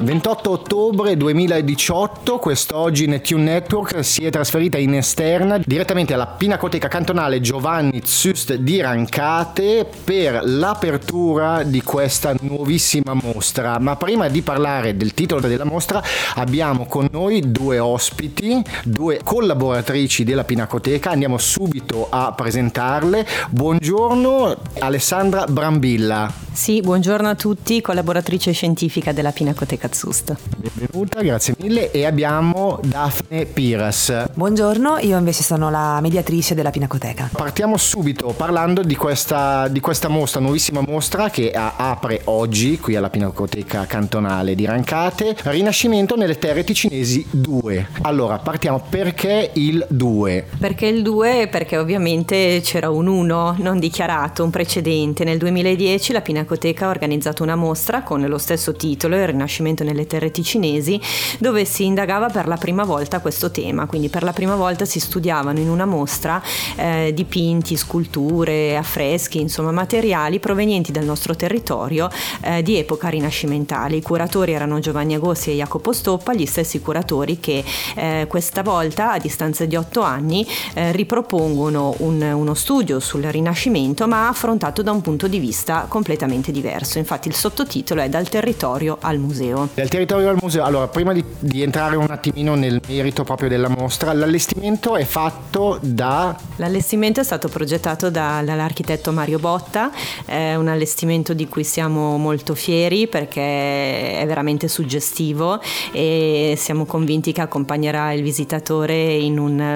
28 ottobre 2018, quest'oggi Netune Network si è trasferita in esterna direttamente alla Pinacoteca Cantonale Giovanni Züst di Rancate per l'apertura di questa nuovissima mostra. Ma prima di parlare del titolo della mostra abbiamo con noi due ospiti, due collaboratrici della Pinacoteca. Andiamo subito a presentarle. Buongiorno Alessandra Brambilla. Sì, buongiorno a tutti, collaboratrice scientifica della Pinacoteca Züst. Benvenuta, grazie mille. E abbiamo Daphne Piras. Buongiorno, io invece sono la mediatrice della Pinacoteca. Partiamo subito parlando di questa mostra, nuovissima mostra che apre oggi qui alla Pinacoteca Cantonale di Rancate, Rinascimento nelle terre ticinesi 2. Allora, partiamo, perché il 2? Perché il 2? Perché ovviamente c'era un 1 non dichiarato, un precedente. Nel 2010 la Pinacoteca ha organizzato una mostra con lo stesso titolo, Il Rinascimento nelle terre ticinesi, dove si indagava per la prima volta questo tema. Quindi per la prima volta si studiavano in una mostra dipinti, sculture, affreschi, insomma materiali provenienti dal nostro territorio di epoca rinascimentale. I curatori erano Giovanni Agossi e Jacopo Stoppa, gli stessi curatori che questa volta, a distanza di 8 anni, ripropongono uno studio sul Rinascimento, ma affrontato da un punto di vista completamente diverso. Infatti il sottotitolo è Dal territorio al museo. Dal territorio al museo. Allora, prima di entrare un attimino nel merito proprio della mostra, l'allestimento è fatto da... L'allestimento è stato progettato dall'architetto Mario Botta, è un allestimento di cui siamo molto fieri perché è veramente suggestivo e siamo convinti che accompagnerà il visitatore in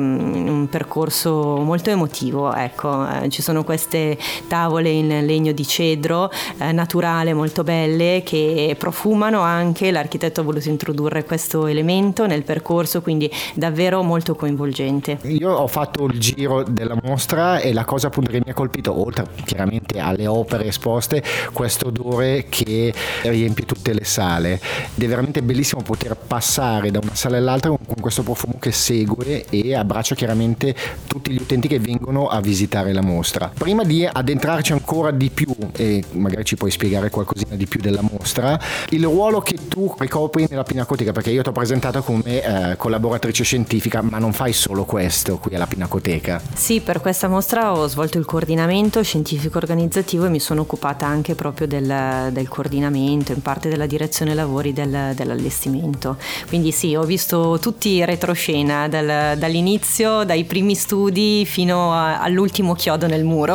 un percorso molto emotivo. Ecco, ci sono queste tavole in legno di cedro naturale molto belle che profumano anche. L'architetto ha voluto introdurre questo elemento nel percorso, quindi davvero molto coinvolgente. Io ho fatto il giro della mostra e la cosa appunto che mi ha colpito, oltre chiaramente alle opere esposte, questo odore che riempie tutte le sale. Ed è veramente bellissimo poter passare da una sala all'altra con questo profumo che segue e abbraccia chiaramente tutti gli utenti che vengono a visitare la mostra. Prima di addentrarci ancora di più, e magari ci puoi spiegare qualcosina di più della mostra, il ruolo che tu ricopri nella Pinacoteca, perché io ti ho presentato come collaboratrice scientifica, ma non fai solo questo qui alla Pinacoteca. Sì, per questa mostra ho svolto il coordinamento scientifico organizzativo e mi sono occupata anche proprio del coordinamento, in parte della direzione lavori dell'allestimento. Quindi sì, ho visto tutti i retroscena dall'inizio, dai primi studi fino all'ultimo chiodo nel muro.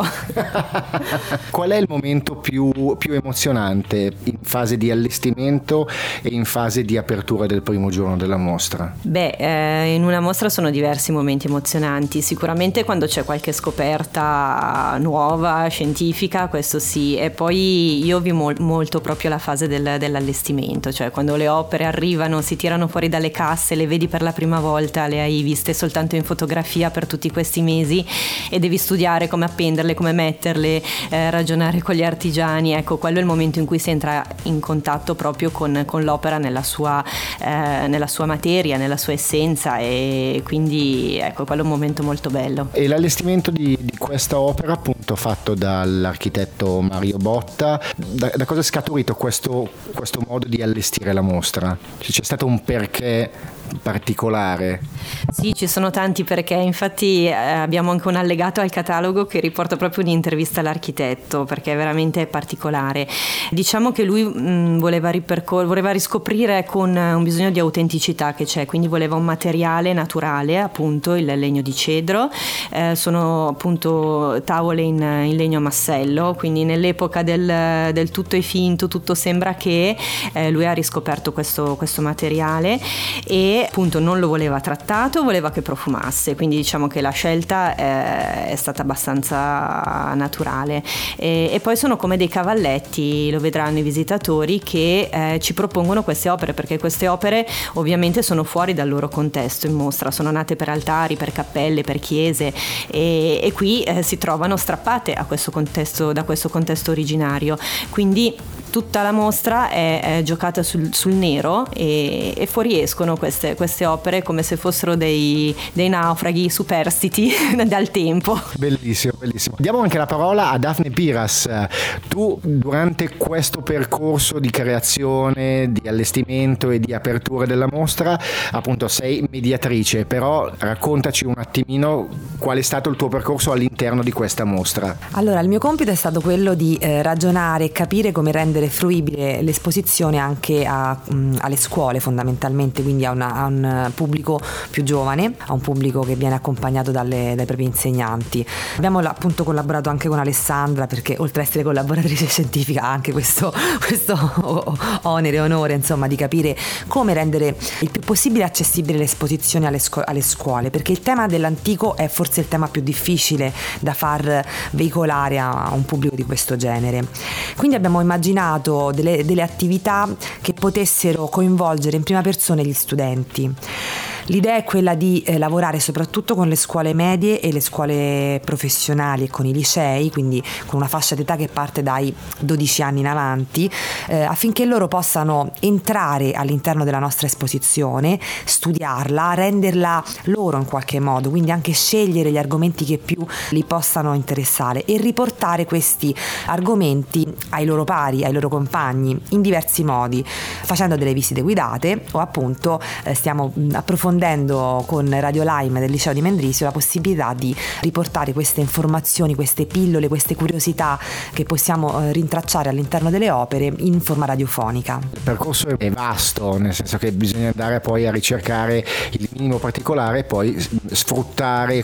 Qual è il momento più emozionante in fase di allestimento e in fase di apertura del primo giorno della mostra? In una mostra sono diversi momenti emozionanti. Sicuramente quando c'è qualche scoperta nuova, scientifica, questo sì. E poi io vi molto proprio la fase dell'allestimento, cioè quando le opere arrivano, si tirano fuori dalle casse, le vedi per la prima volta, le hai viste soltanto in fotografia per tutti questi mesi e devi studiare come appenderle, come metterle, ragionare con gli artigiani. Ecco, quello è il momento in cui si entra in contatto proprio con l'opera nella sua materia, nella sua essenza, e quindi ecco, quello è un momento molto bello. E l'allestimento di questa opera, appunto fatto dall'architetto Mario Botta, da cosa è scaturito questo modo di allestire la mostra? C'è stato un perché particolare? Sì, ci sono tanti perché, infatti abbiamo anche un allegato al catalogo che riporta proprio un'intervista all'architetto, perché è veramente particolare. Diciamo che lui voleva riscoprire con un bisogno di autenticità che c'è, quindi voleva un materiale naturale, appunto il legno di cedro, sono appunto tavole in legno massello, quindi nell'epoca del tutto è finto, tutto sembra che, lui ha riscoperto questo materiale e appunto non lo voleva trattato, voleva che profumasse, quindi diciamo che la scelta è stata abbastanza naturale. E poi sono come dei cavalletti, lo vedranno i visitatori, che ci propongono queste opere, perché queste opere ovviamente sono fuori dal loro contesto in mostra, sono nate per altari, per cappelle, per chiese, e qui si trovano strappate da questo contesto originario, quindi tutta la mostra è giocata sul nero e fuoriescono queste opere come se fossero dei naufraghi superstiti dal tempo. Bellissimo, bellissimo. Diamo anche la parola a Daphne Piras. Tu durante questo percorso di creazione, di allestimento e di apertura della mostra, appunto sei mediatrice, però raccontaci un attimino qual è stato il tuo percorso all'interno di questa mostra. Allora, il mio compito è stato quello di ragionare e capire come rendere fruibile l'esposizione anche alle scuole fondamentalmente, quindi a un pubblico più giovane, a un pubblico che viene accompagnato dai propri insegnanti. Abbiamo appunto collaborato anche con Alessandra, perché oltre a essere collaboratrice scientifica ha anche questo onere e onore, insomma, di capire come rendere il più possibile accessibile l'esposizione alle scuole, perché il tema dell'antico è forse il tema più difficile da far veicolare a un pubblico di questo genere. Quindi abbiamo immaginato delle attività che potessero coinvolgere in prima persona gli studenti. L'idea è quella di lavorare soprattutto con le scuole medie e le scuole professionali e con i licei, quindi con una fascia d'età che parte dai 12 anni in avanti, affinché loro possano entrare all'interno della nostra esposizione, studiarla, renderla loro in qualche modo, quindi anche scegliere gli argomenti che più li possano interessare e riportare questi argomenti ai loro pari, ai loro compagni, in diversi modi, facendo delle visite guidate o appunto stiamo approfondendo con Radio Lime del liceo di Mendrisio la possibilità di riportare queste informazioni, queste pillole, queste curiosità che possiamo rintracciare all'interno delle opere in forma radiofonica. Il percorso è vasto, nel senso che bisogna andare poi a ricercare il minimo particolare e poi sfruttare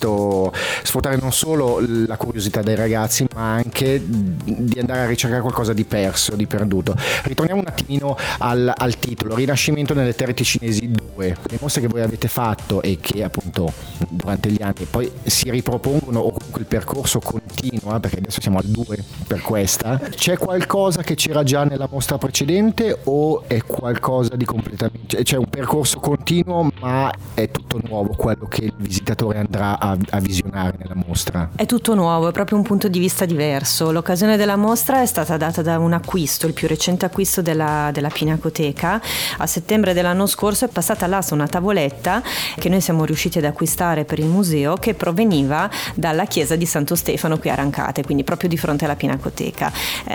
non solo la curiosità dei ragazzi, ma anche di andare a ricercare qualcosa di perso, di perduto. Ritorniamo un attimino al titolo, Rinascimento nelle terre ticinesi 2. Le mostre che voi avete fatto e che appunto durante gli anni poi si ripropongono, o comunque il percorso continua, perché adesso siamo al 2 per questa. C'è qualcosa che c'era già nella mostra precedente o è qualcosa di completamente, c'è un percorso continuo ma è tutto nuovo quello che il visitatore andrà a visionare nella mostra? È tutto nuovo, è proprio un punto di vista diverso. L'occasione della mostra è stata data da un acquisto, il più recente acquisto della Pinacoteca. A settembre dell'anno scorso è passata all'asta una tavoletta che noi siamo riusciti ad acquistare per il museo, che proveniva dalla chiesa di Santo Stefano qui a Rancate, quindi proprio di fronte alla Pinacoteca,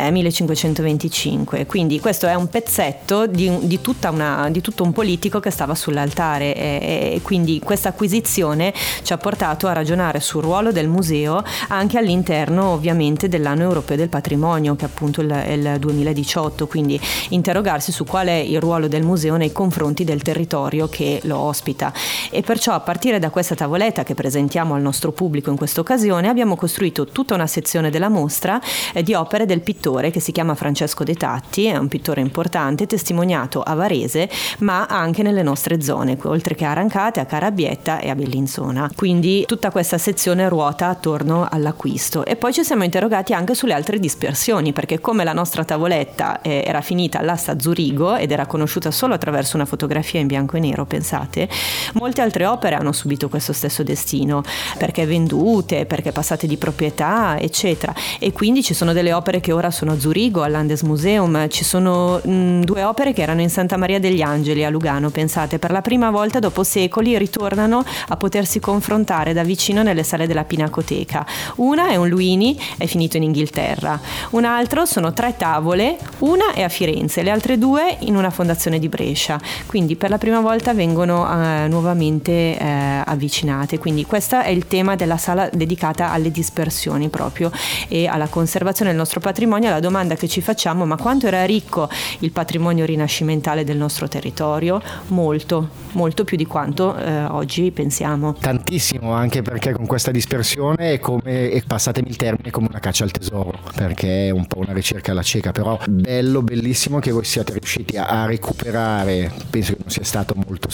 1525. Quindi questo è un pezzetto di tutto un politico che stava sull'altare e quindi questa acquisizione ci ha portato a ragionare sul ruolo del museo anche all'interno ovviamente dell'anno europeo del patrimonio, che appunto è il 2018, quindi interrogarsi su qual è il ruolo del museo nei confronti del territorio che lo ospita. E perciò a partire da questa tavoletta che presentiamo al nostro pubblico in questa occasione abbiamo costruito tutta una sezione della mostra di opere del pittore che si chiama Francesco De Tatti, è un pittore importante, testimoniato a Varese ma anche nelle nostre zone, oltre che a Rancate, a Carabietta e a Bellinzona. Quindi tutta questa sezione ruota attorno all'acquisto. E poi ci siamo interrogati anche sulle altre dispersioni, perché come la nostra tavoletta era finita all'asta a Zurigo ed era conosciuta solo attraverso una fotografia in bianco e nero, pensate, molte altre opere hanno subito questo stesso destino, perché vendute, perché passate di proprietà, eccetera. E quindi ci sono delle opere che ora sono a Zurigo, al Landesmuseum, ci sono 2 opere che erano in Santa Maria degli Angeli a Lugano, pensate, per la prima volta dopo secoli ritornano a potersi confrontare da vicino nelle sale della Pinacoteca. Una è un Luini, è finito in Inghilterra, un altro sono 3 tavole, una è a Firenze, le altre 2 in una fondazione di Brescia, quindi per la prima volta vengono nuovamente avvicinate. Quindi questo è il tema della sala dedicata alle dispersioni proprio e alla conservazione del nostro patrimonio. La domanda che ci facciamo: ma quanto era ricco il patrimonio rinascimentale del nostro territorio? Molto, molto più di quanto oggi pensiamo. Tantissimo, anche perché con questa dispersione è come, passatemi il termine, come una caccia al tesoro, perché è un po' una ricerca alla cieca, però bellissimo che voi siate riusciti a recuperare. Penso che non sia stato molto semplice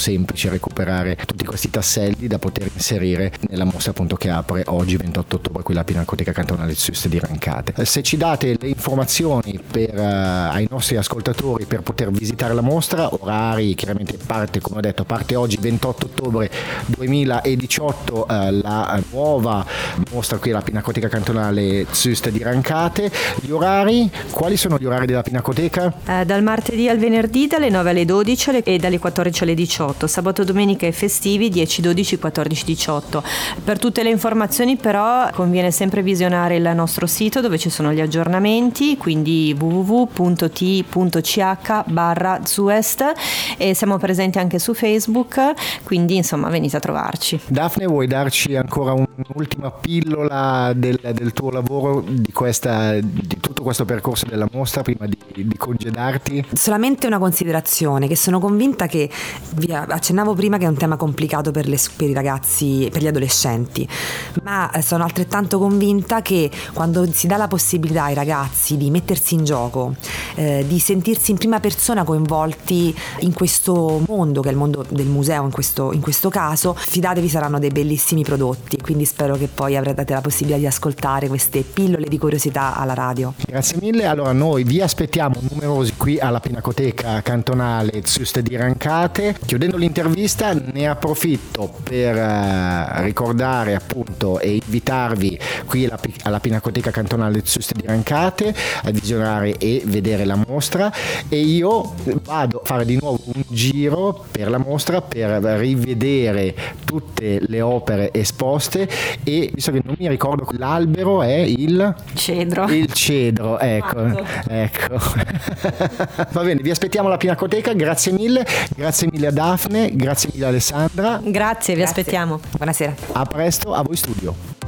riesce a recuperare tutti questi tasselli da poter inserire nella mostra appunto che apre oggi 28 ottobre qui alla Pinacoteca Cantonale Züst di Rancate. Se ci date le informazioni ai nostri ascoltatori per poter visitare la mostra, orari, chiaramente parte, come ho detto, parte oggi 28 ottobre 2018 la nuova mostra qui alla Pinacoteca Cantonale Züst di Rancate. Gli orari, quali sono gli orari della Pinacoteca? Dal martedì al venerdì dalle 9 alle 12 e dalle 14 alle 18, sabato, domenica e festivi 10, 12, 14, 18. Per tutte le informazioni però conviene sempre visionare il nostro sito dove ci sono gli aggiornamenti, quindi www.t.ch/Züst, e siamo presenti anche su Facebook, quindi insomma venite a trovarci. Daphne, vuoi darci ancora un'ultima pillola del tuo lavoro, di tutto questo percorso della mostra prima di congedarti? Solamente una considerazione, che sono convinta che, vi accennavo prima, che è un tema complicato per i ragazzi, per gli adolescenti, ma sono altrettanto convinta che quando si dà la possibilità ai ragazzi di mettersi in gioco, di sentirsi in prima persona coinvolti in questo mondo che è il mondo del museo, in questo caso, fidatevi, saranno dei bellissimi prodotti, quindi spero che poi avrete la possibilità di ascoltare queste pillole di curiosità alla radio. Grazie mille. Allora noi vi aspettiamo numerosi qui alla Pinacoteca Cantonale Züst di Rancate. Chiudendo l'intervista ne approfitto per ricordare appunto e invitarvi qui alla Pinacoteca Cantonale Züst di Rancate a visionare e vedere la mostra, e io vado a fare di nuovo un giro per la mostra per rivedere tutte le opere esposte, e visto che non mi ricordo, l'albero è il cedro, ecco. Va bene, vi aspettiamo alla Pinacoteca. Grazie mille a Daphne, grazie mille a Alessandra. Grazie, vi aspettiamo. Buonasera. A presto, a voi studio.